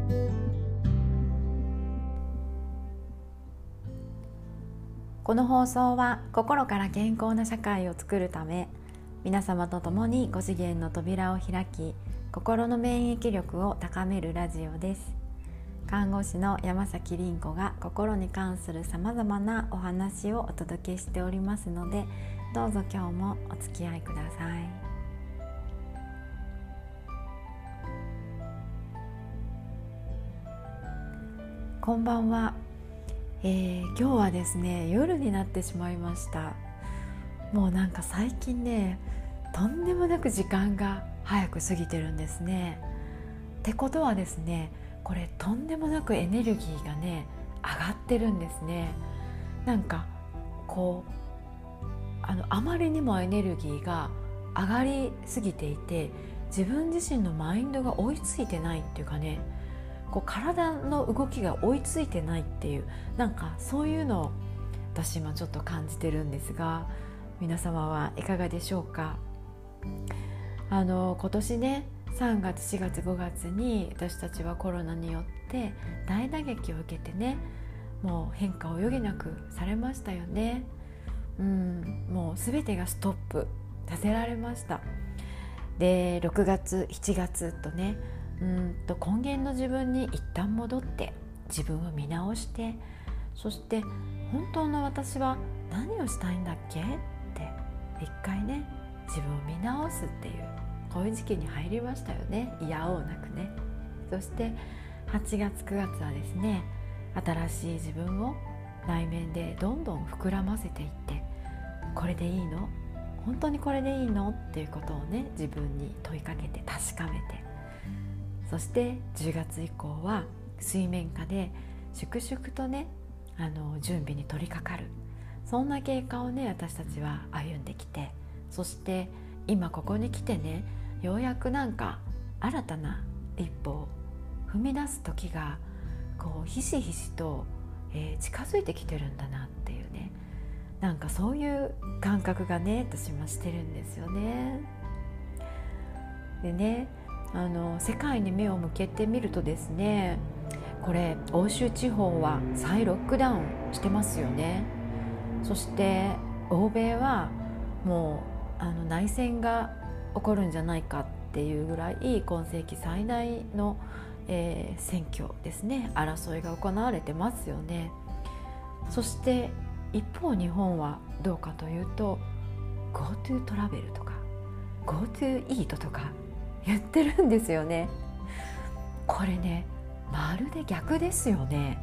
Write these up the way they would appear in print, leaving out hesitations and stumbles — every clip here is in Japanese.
この放送は心から健康な社会を作るため、皆様と共に5次元の扉を開き、心の免疫力を高めるラジオです。看護師の山崎凛子が心に関するさまざまなお話をお届けしておりますので、どうぞ今日もお付き合いください。こんばんは。今日はですね、夜になってしまいました。もうなんか最近ね、とんでもなく時間が早く過ぎてるんですね。ってことはですね、これとんでもなくエネルギーがね上がってるんですね。なんかこうあまりにもエネルギーが上がりすぎていて、自分自身のマインドが追いついてないっていうかね、こう体の動きが追いついてないっていう、なんかそういうのを私今ちょっと感じてるんですが、皆様はいかがでしょうか。今年ね、3月4月5月に私たちはコロナによって大打撃を受けてね、もう変化を余儀なくされましたよね。もう全てがストップさせられました。で、6月7月とね、根源の自分に一旦戻って自分を見直して、そして本当の私は何をしたいんだっけって一回ね、自分を見直すっていう、こういう時期に入りましたよね。いやおうなくね。そして8月9月はですね、新しい自分を内面でどんどん膨らませていって、これでいいの？本当にこれでいいの？っていうことをね、自分に問いかけて確かめて、そして10月以降は水面下で粛々とね、準備に取り掛かる、そんな経過をね、私たちは歩んできて、そして今ここに来てね、ようやくなんか新たな一歩を踏み出す時がこうひしひしと、近づいてきてるんだなっていうね、なんかそういう感覚がね、私もしてるんですよね。でね、世界に目を向けてみるとですね、これ欧州地方は再ロックダウンしてますよね。そして欧米はもう内戦が起こるんじゃないかっていうぐらい今世紀最大の、選挙ですね、争いが行われてますよね。そして一方日本はどうかというと、 GoTo トラベルとか GoTo イートとか言ってるんですよね。これね、まるで逆ですよね。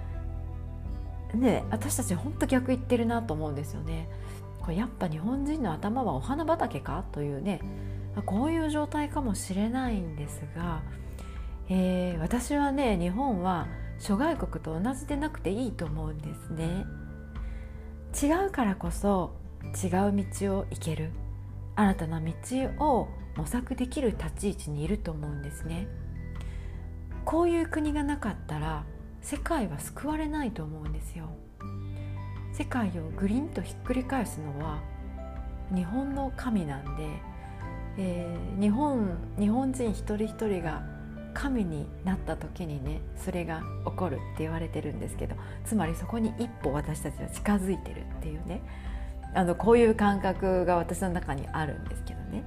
私たち本当逆言ってるなと思うんですよね。これやっぱ日本人の頭はお花畑かというね、こういう状態かもしれないんですが、私はね、日本は諸外国と同じでなくていいと思うんですね。違うからこそ違う道を行ける、新たな道を模索できる立ち位置にいると思うんですね。こういう国がなかったら世界は救われないと思うんですよ。世界をグリンとひっくり返すのは日本の神なんで、日本人一人一人が神になった時にね、それが起こるって言われてるんですけど、つまりそこに一歩私たちは近づいてるっていうね、こういう感覚が私の中にあるんですけどね。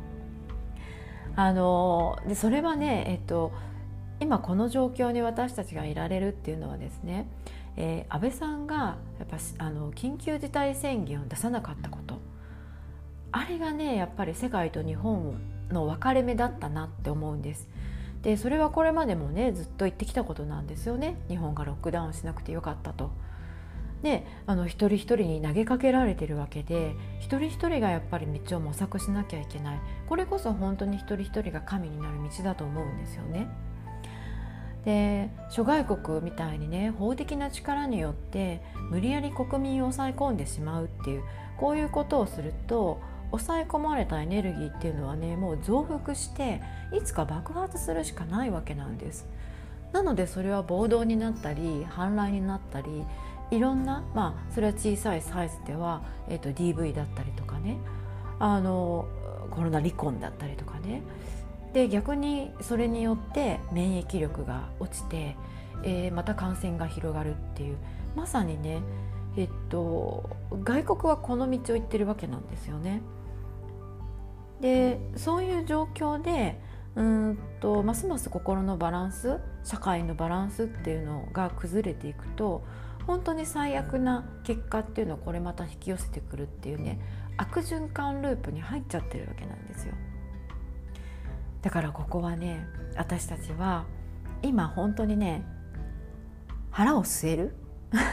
でそれはね、今この状況に私たちがいられるっていうのはですね、安倍さんがやっぱ緊急事態宣言を出さなかったこと、あれがね、やっぱり世界と日本の分かれ目だったなって思うんです。でそれはこれまでもね、ずっと言ってきたことなんですよね。日本がロックダウンしなくてよかったと。で一人一人に投げかけられてるわけで、一人一人がやっぱり道を模索しなきゃいけない。これこそ本当に一人一人が神になる道だと思うんですよね。で諸外国みたいにね、法的な力によって無理やり国民を抑え込んでしまうっていう、こういうことをすると、抑え込まれたエネルギーっていうのはね、もう増幅していつか爆発するしかないわけなんです。なのでそれは暴動になったり反乱になったり、いろんな、それは小さいサイズでは、DV だったりとかね、コロナ離婚だったりとかね、 で逆にそれによって免疫力が落ちて、また感染が広がるっていう、まさにね、外国はこの道を行ってるわけなんですよね。でそういう状況でますます心のバランス、社会のバランスっていうのが崩れていくと、本当に最悪な結果っていうのをこれまた引き寄せてくるっていうね、悪循環ループに入っちゃってるわけなんですよ。だからここはね、私たちは今本当にね、腹を据える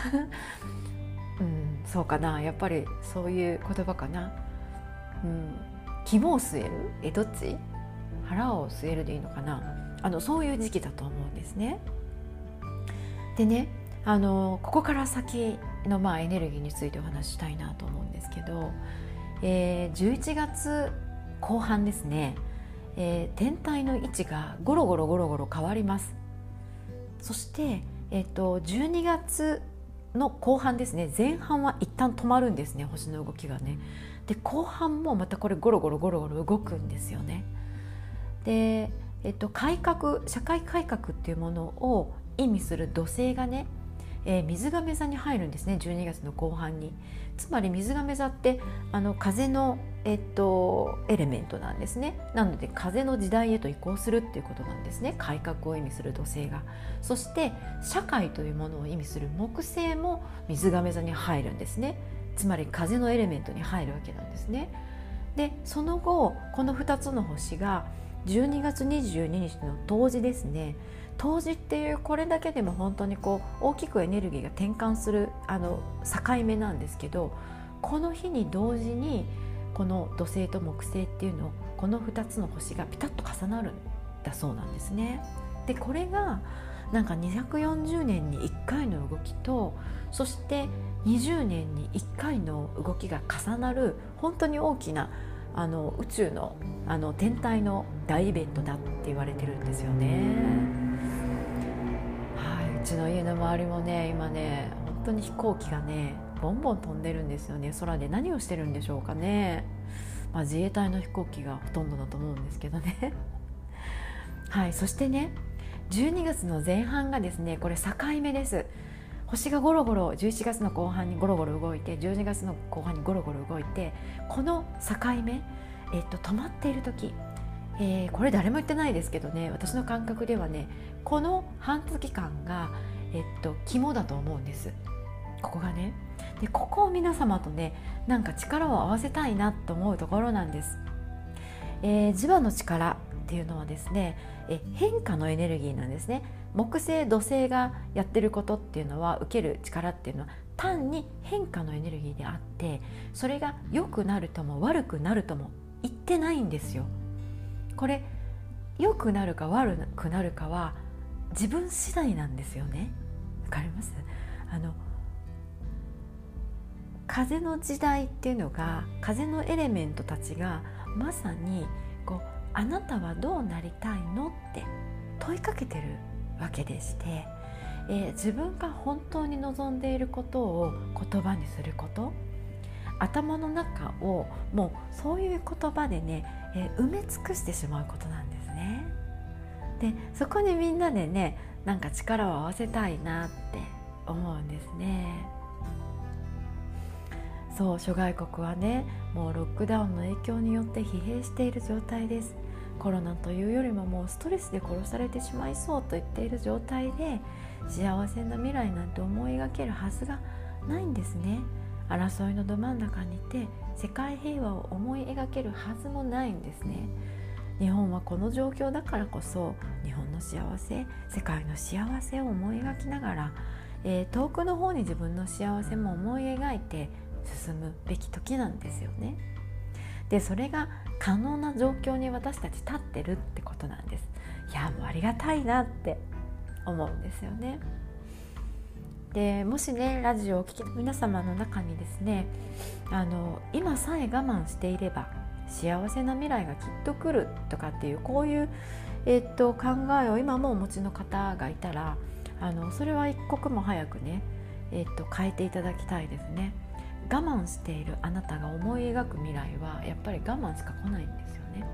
そうかな、やっぱりそういう言葉かな。肝を据える、どっち？腹を据えるでいいのかな。そういう時期だと思うんですね。でね、ここから先のエネルギーについてお話ししたいなと思うんですけど、11月後半ですね、天体の位置がゴロゴロ変わります。そして、12月の後半ですね、前半は一旦止まるんですね、星の動きがね。で後半もまたこれゴロゴロ動くんですよね。で、改革、社会改革っていうものを意味する土星がね、水亀座に入るんですね、12月の後半に。つまり水亀座って風の、エレメントなんですね。なので風の時代へと移行するっていうことなんですね、改革を意味する土星が。そして社会というものを意味する木星も水亀座に入るんですね。つまり風のエレメントに入るわけなんですね。でその後この2つの星が12月22日の冬至ですね。冬至っていう、これだけでも本当に大きくエネルギーが転換する境目なんですけど、この日に同時にこの土星と木星っていうのを、この2つの星がピタッと重なるんだそうなんですね。でこれがなんか240年に1回の動きと、そして20年に1回の動きが重なる本当に大きな宇宙の天体の大イベントだって言われてるんですよね。うちの家の周りもね、今ね、本当に飛行機がねボンボン飛んでるんですよね。空で何をしてるんでしょうかね。自衛隊の飛行機がほとんどだと思うんですけどねはい、そしてね、12月の前半がですね、これ境目です。星がゴロゴロ11月の後半にゴロゴロ動いて、12月の後半にゴロゴロ動いて、この境目、止まっている時、これ誰も言ってないですけどね、私の感覚ではね、この半月間が、肝だと思うんです、ここがね。でここを皆様とね、なんか力を合わせたいなと思うところなんです。磁場の力っていうのはですね、変化のエネルギーなんですね。木星土星がやってることっていうのは、受ける力っていうのは単に変化のエネルギーであって、それが良くなるとも悪くなるとも言ってないんですよ。これ良くなるか悪くなるかは自分次第なんですよね。わかります？風の時代っていうのが、風のエレメントたちがまさにあなたはどうなりたいのって問いかけてるわけでして、自分が本当に望んでいることを言葉にすること、頭の中をもうそういう言葉でね、埋め尽くしてしまうことなんですね。でそこにみんなでね、なんか力を合わせたいなって思うんですね。そう、諸外国はね、もうロックダウンの影響によって疲弊している状態です。コロナというよりももうストレスで殺されてしまいそうと言っている状態で、幸せな未来なんて思い描けるはずがないんですね。争いのど真ん中にいて世界平和を思い描けるはずもないんですね。日本はこの状況だからこそ、日本の幸せ、世界の幸せを思い描きながら、遠くの方に自分の幸せも思い描いて進むべき時なんですよね。でそれが可能な状況に私たち立ってるってことなんです。いや、もうありがたいなって思うんですよね。でもしね、ラジオをお聞きの皆様の中にですね、今さえ我慢していれば幸せな未来がきっと来るとかっていう、こういう、考えを今もお持ちの方がいたら、それは一刻も早くね、変えていただきたいですね。我慢しているあなたが思い描く未来はやっぱり我慢しか来ないんですよね。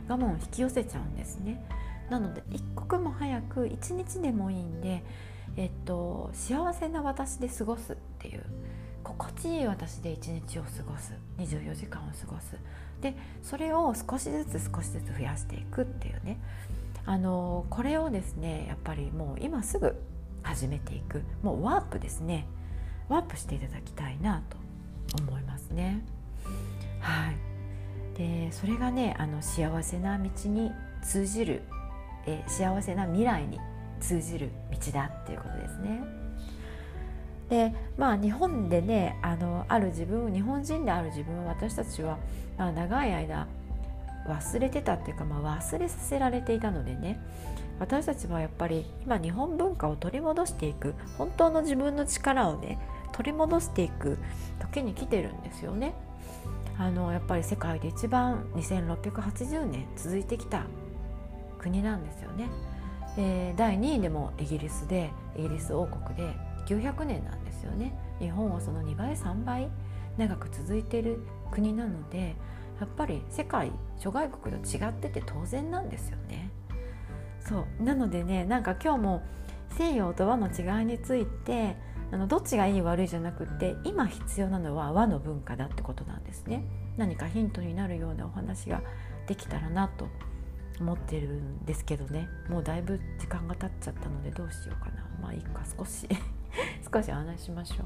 がもう引き寄せちゃうんですね。なので一刻も早く一日でもいいんで、幸せな私で過ごすっていう、心地いい私で一日を過ごす、24時間を過ごす。でそれを少しずつ増やしていくっていうね、これをですねやっぱりもう今すぐ始めていく、もうワープですね、ワープしていただきたいなと思いますね。はい。でそれがね幸せな道に通じる、幸せな未来に通じる道だっていうことですね。で日本でねある自分、日本人である自分を私たちは、長い間忘れてたっていうか、忘れさせられていたのでね、私たちはやっぱり今日本文化を取り戻していく、本当の自分の力をね取り戻していく時に来てるんですよね。やっぱり世界で一番2680年続いてきた国なんですよね。第2位でもイギリス王国で900年なんですよね。日本はその2倍3倍長く続いている国なので、やっぱり世界諸外国と違ってて当然なんですよね。そうなのでね、なんか今日も西洋と和の違いについてどっちがいい悪いじゃなくって、今必要なのは和の文化だってことなんですね。何かヒントになるようなお話ができたらなと思ってるんですけどね、もうだいぶ時間が経っちゃったのでどうしようかな。いいか、少し少しお話しましょ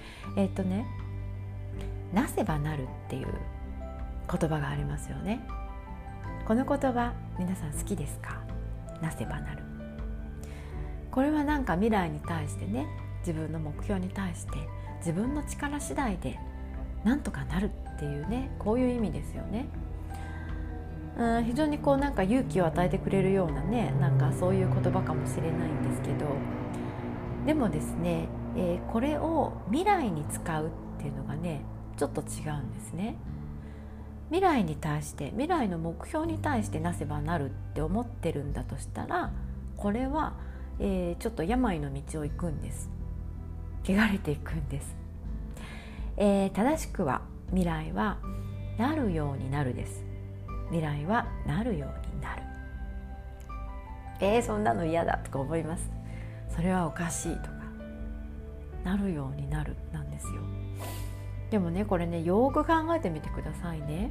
う。なせばなるっていう言葉がありますよね。この言葉皆さん好きですか？なせばなる。これはなんか未来に対してね、自分の目標に対して自分の力次第でなんとかなるっていうね、こういう意味ですよね。非常になんか勇気を与えてくれるようなね、なんかそういう言葉かもしれないんですけど、でもですね、これを未来に使うっていうのがねちょっと違うんですね。未来に対して、未来の目標に対してなせばなるって思ってるんだとしたら、これは、ちょっと病の道を行くんです。汚れていくんです。正しくは未来はなるようになるです。未来はなるようになる。そんなの嫌だとか思います。それはおかしいとか、なるようになるなんですよ。でもね、これねよく考えてみてくださいね。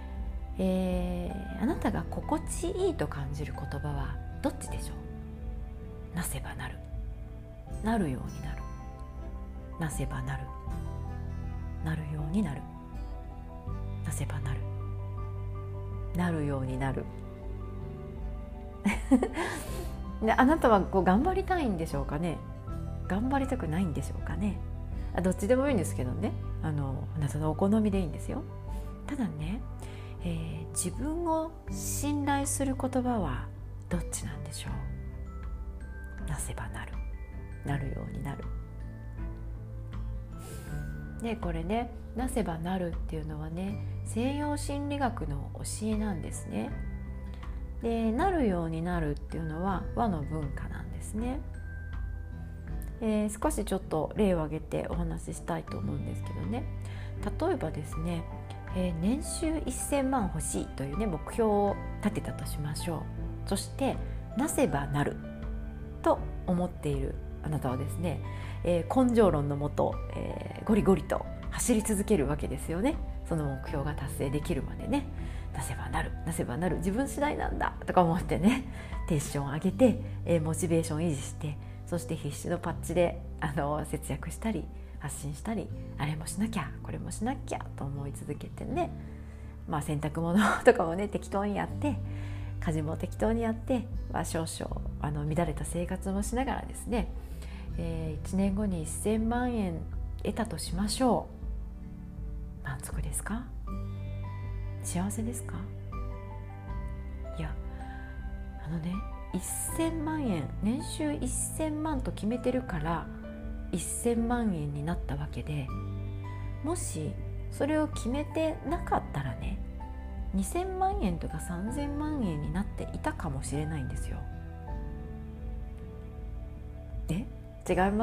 あなたが心地いいと感じる言葉はどっちでしょう？なせばなる、なるようになる、なせばなる、なるようになる、なせばなる、なるようになるであなたは頑張りたいんでしょうかね、頑張りたくないんでしょうかね。どっちでもいいんですけどね、あなたのお好みでいいんですよ。ただね、自分を信頼する言葉はどっちなんでしょう？なせばなる、なるようになる。でこれね、なせばなるっていうのはね、西洋心理学の教えなんですね。でなるようになるっていうのは和の文化なんですね。少しちょっと例を挙げてお話ししたいと思うんですけどね、例えばですね、年収1000万欲しいというね目標を立てたとしましょう。そしてなせばなると思っているあなたはですね、根性論のもと、ゴリゴリと走り続けるわけですよね。その目標が達成できるまでね、なせばなる、なせばなる、自分次第なんだとか思ってね、テンション上げて、モチベーション維持して、そして必死のパッチで節約したり発信したり、あれもしなきゃこれもしなきゃと思い続けてね、洗濯物とかもね適当にやって、家事も適当にやって、少々乱れた生活もしながらですね、1年後に1000万円得たとしましょう。満足ですか？幸せですか？いや、1000万円、年収1000万と決めてるから1000万円になったわけで、もしそれを決めてなかったらね、2000万円とか3000万円になっていたかもしれないんですよ。違います？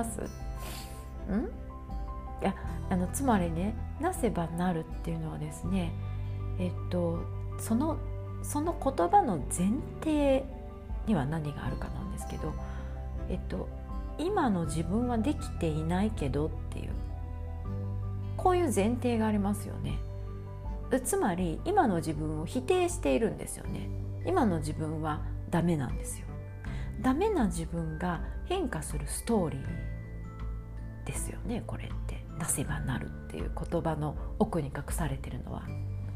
いや、つまりね、なせばなるっていうのはですね、そのその言葉の前提には何があるかなんですけど、今の自分はできていないけどっていう、こういう前提がありますよね。つまり今の自分を否定しているんですよね。今の自分はダメなんですよ。ダメな自分が変化するストーリーですよね。これってなせばなるっていう言葉の奥に隠されているのは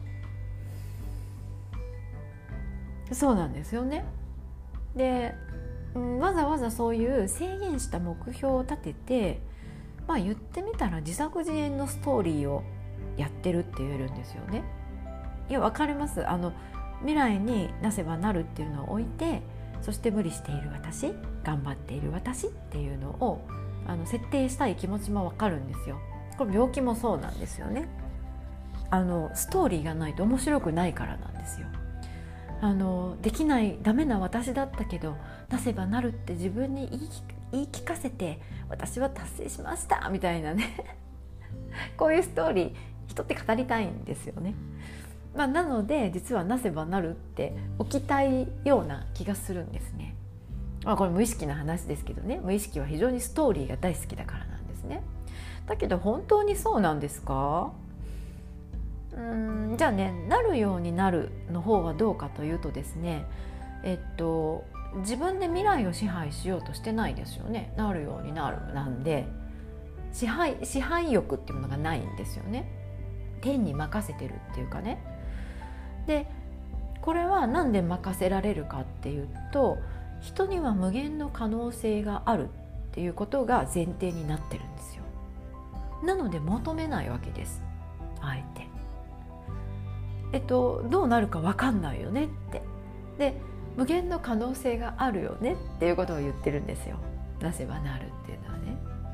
そうなんですよね。で、わざわざそういう制限した目標を立てて、言ってみたら自作自演のストーリーをやってるって言えるんですよね。いや、わかります。未来になせばなるっていうのを置いて、そして無理している私、頑張っている私っていうのを設定したい気持ちもわかるんですよ。これ病気もそうなんですよね。ストーリーがないと面白くないからなんですよ。できないダメな私だったけどなせばなるって自分に言い聞かせて、私は達成しましたみたいなねこういうストーリー人って語りたいんですよね。なので実はなせばなるって置きたいような気がするんですね。これ無意識な話ですけどね、無意識は非常にストーリーが大好きだからなんですね。だけど本当にそうなんですか？じゃあね、なるようになるの方はどうかというとですね、自分で未来を支配しようとしてないですよね。なるようになるなんで支配欲っていうものがないんですよね。天に任せてるっていうかね。でこれはなんで任せられるかっていうと、人には無限の可能性があるっていうことが前提になってるんですよ。なので求めないわけです、あえて。どうなるか分かんないよねって。で無限の可能性があるよねっていうことを言ってるんですよ。なせばなるっていうのはね。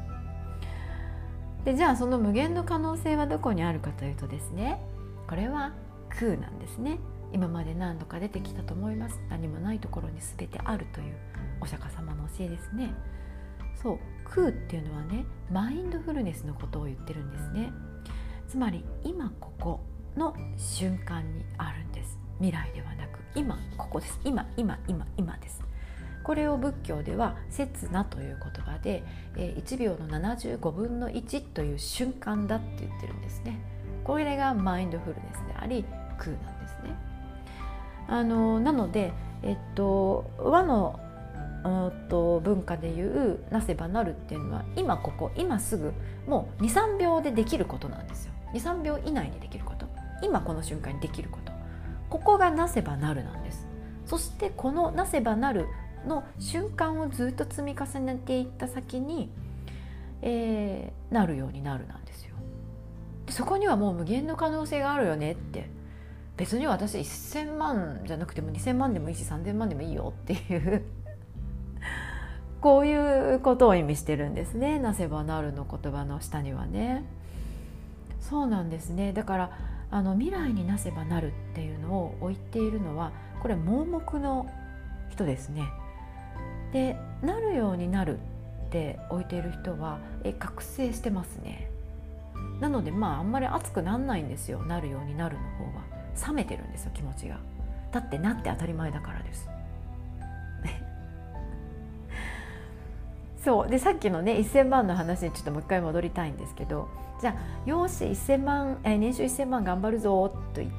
でじゃあその無限の可能性はどこにあるかというとですね、これは空なんですね。今まで何度か出てきたと思います。何もないところに全てあるというお釈迦様の教えですね。そう、空っていうのはね、マインドフルネスのことを言ってるんですね。つまり今ここの瞬間にあるんです。未来ではなく今ここです。今です。これを仏教では刹那という言葉で、1秒の75分の1という瞬間だって言ってるんですね。これがマインドフルネスであり空なんですね。なので、和の文化でいうなせばなるっていうのは今ここ今すぐ、もう 2,3 秒でできることなんですよ。 2,3 秒以内にできること、今この瞬間にできること、ここがなせばなるなんです。そしてこのなせばなるの瞬間をずっと積み重ねていった先に、なるようになるなんですよ。でそこにはもう無限の可能性があるよねって。別に私1000万じゃなくても2000万でもいいし3000万でもいいよっていうこういうことを意味してるんですね。なせばなるの言葉の下にはね。そうなんですね。だから未来になせばなるっていうのを置いているのは、これ盲目の人ですね。でなるようになるって置いている人は覚醒してますね。なのであんまり熱くなんないんですよ。なるようになるの方は冷めてるんですよ、気持ちが。だってなって当たり前だからですそうで、さっきのね1000万の話にちょっともう一回戻りたいんですけど、じゃあよし1000万、年収1000万頑張るぞと言って、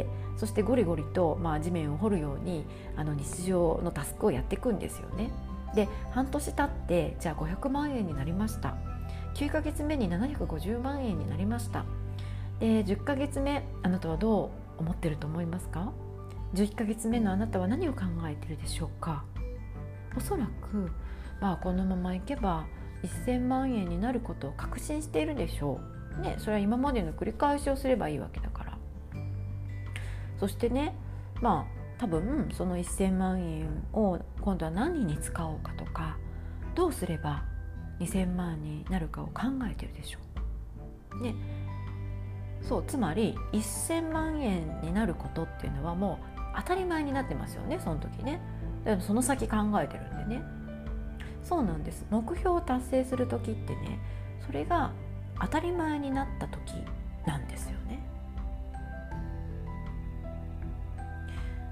そしてゴリゴリと、地面を掘るように日常のタスクをやっていくんですよね。で半年経ってじゃあ500万円になりました。9ヶ月目に750万円になりました。で10ヶ月目、あなたはどう思ってると思いますか？11ヶ月目のあなたは何を考えているでしょうか？おそらく、このままいけば1000万円になることを確信しているでしょう、ね、それは今までの繰り返しをすればいいわけだから。そしてね、多分その1000万円を今度は何に使おうかとか、どうすれば2000万になるかを考えているでしょう、ね、そうつまり1000万円になることっていうのはもう当たり前になってますよね、その時ね。でもその先考えてるんでね。そうなんです。目標を達成する時ってね、それが当たり前になった時なんですよね。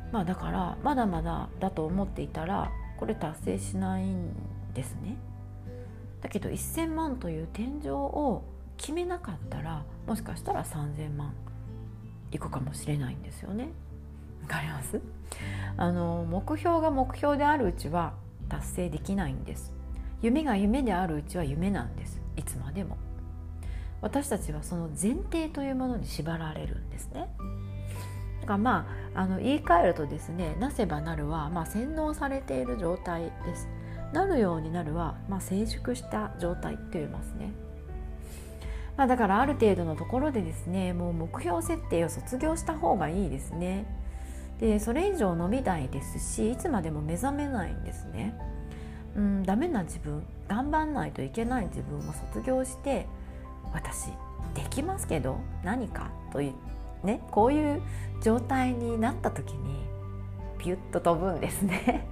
だからまだまだだと思っていたらこれ達成しないんですね。だけど1000万という天井を決めなかったら、もしかしたら3000万いくかもしれないんですよね。わかります？目標が目標であるうちは達成できないんです。夢が夢であるうちは夢なんです。いつまでも私たちはその前提というものに縛られるんですね。だから言い換えるとですね、なせばなるは、洗脳されている状態です。なるようになるは、成熟した状態って言いますね。だからある程度のところでですね、もう目標設定を卒業した方がいいですね。でそれ以上伸びないですし、いつまでも目覚めないんですね。ダメな自分、頑張んないといけない自分を卒業して、私できますけど何かというね、こういう状態になった時にピュッと飛ぶんですね。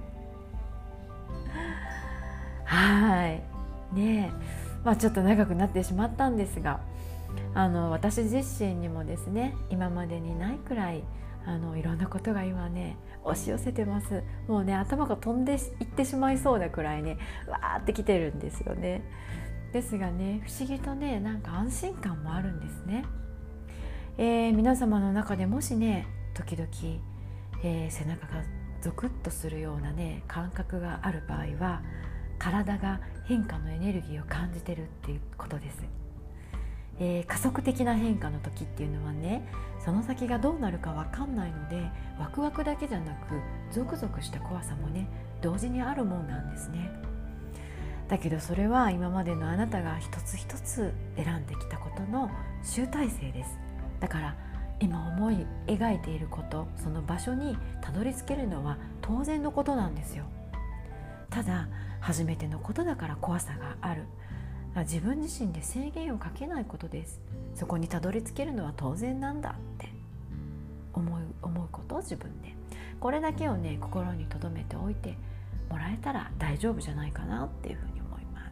はいねえ、ちょっと長くなってしまったんですが、私自身にもですね、今までにないくらいいろんなことが今ね押し寄せてます。もうね、頭が飛んでいってしまいそうなくらいね、わーってきてるんですよね。ですがね、不思議とね、なんか安心感もあるんですね。皆様の中でもしね、時々、背中がゾクッとするようなね感覚がある場合は、体が変化のエネルギーを感じてるっていうことです。加速的な変化の時っていうのはね、その先がどうなるか分かんないので、ワクワクだけじゃなくゾクゾクした怖さもね同時にあるもんなんですね。だけどそれは今までのあなたが一つ一つ選んできたことの集大成です。だから今思い描いていること、その場所にたどり着けるのは当然のことなんですよ。ただ初めてのことだから怖さがある。自分自身で制限をかけないことです。そこにたどり着けるのは当然なんだって思うことを自分で、これだけをね心に留めておいてもらえたら大丈夫じゃないかなっていうふうに思います。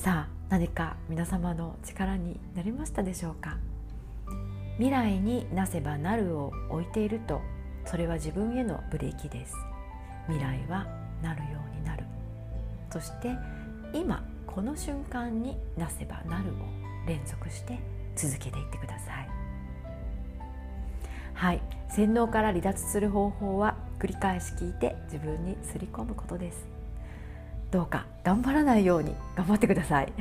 さあ、何か皆様の力になりましたでしょうか。未来になせばなるを置いていると、それは自分へのブレーキです。未来はなるようになる。そして今この瞬間になせばなるを連続して続けていってください。はい、洗脳から離脱する方法は繰り返し聞いて自分にすり込むことです。どうか頑張らないように頑張ってください。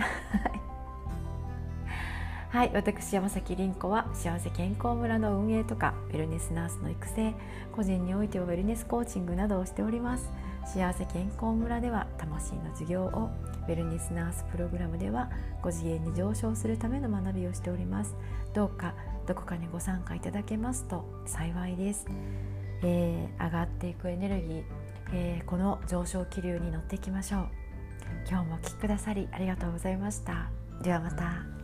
はい、私山崎凛子は幸せ健康村の運営とかウェルネスナースの育成、個人においてはウェルネスコーチングなどをしております。幸せ健康村では魂の授業を、ウェルネスナースプログラムではご次元に上昇するための学びをしております。どうかどこかにご参加いただけますと幸いです。上がっていくエネルギー、この上昇気流に乗っていきましょう。今日もお聞きくださりありがとうございました。ではまた。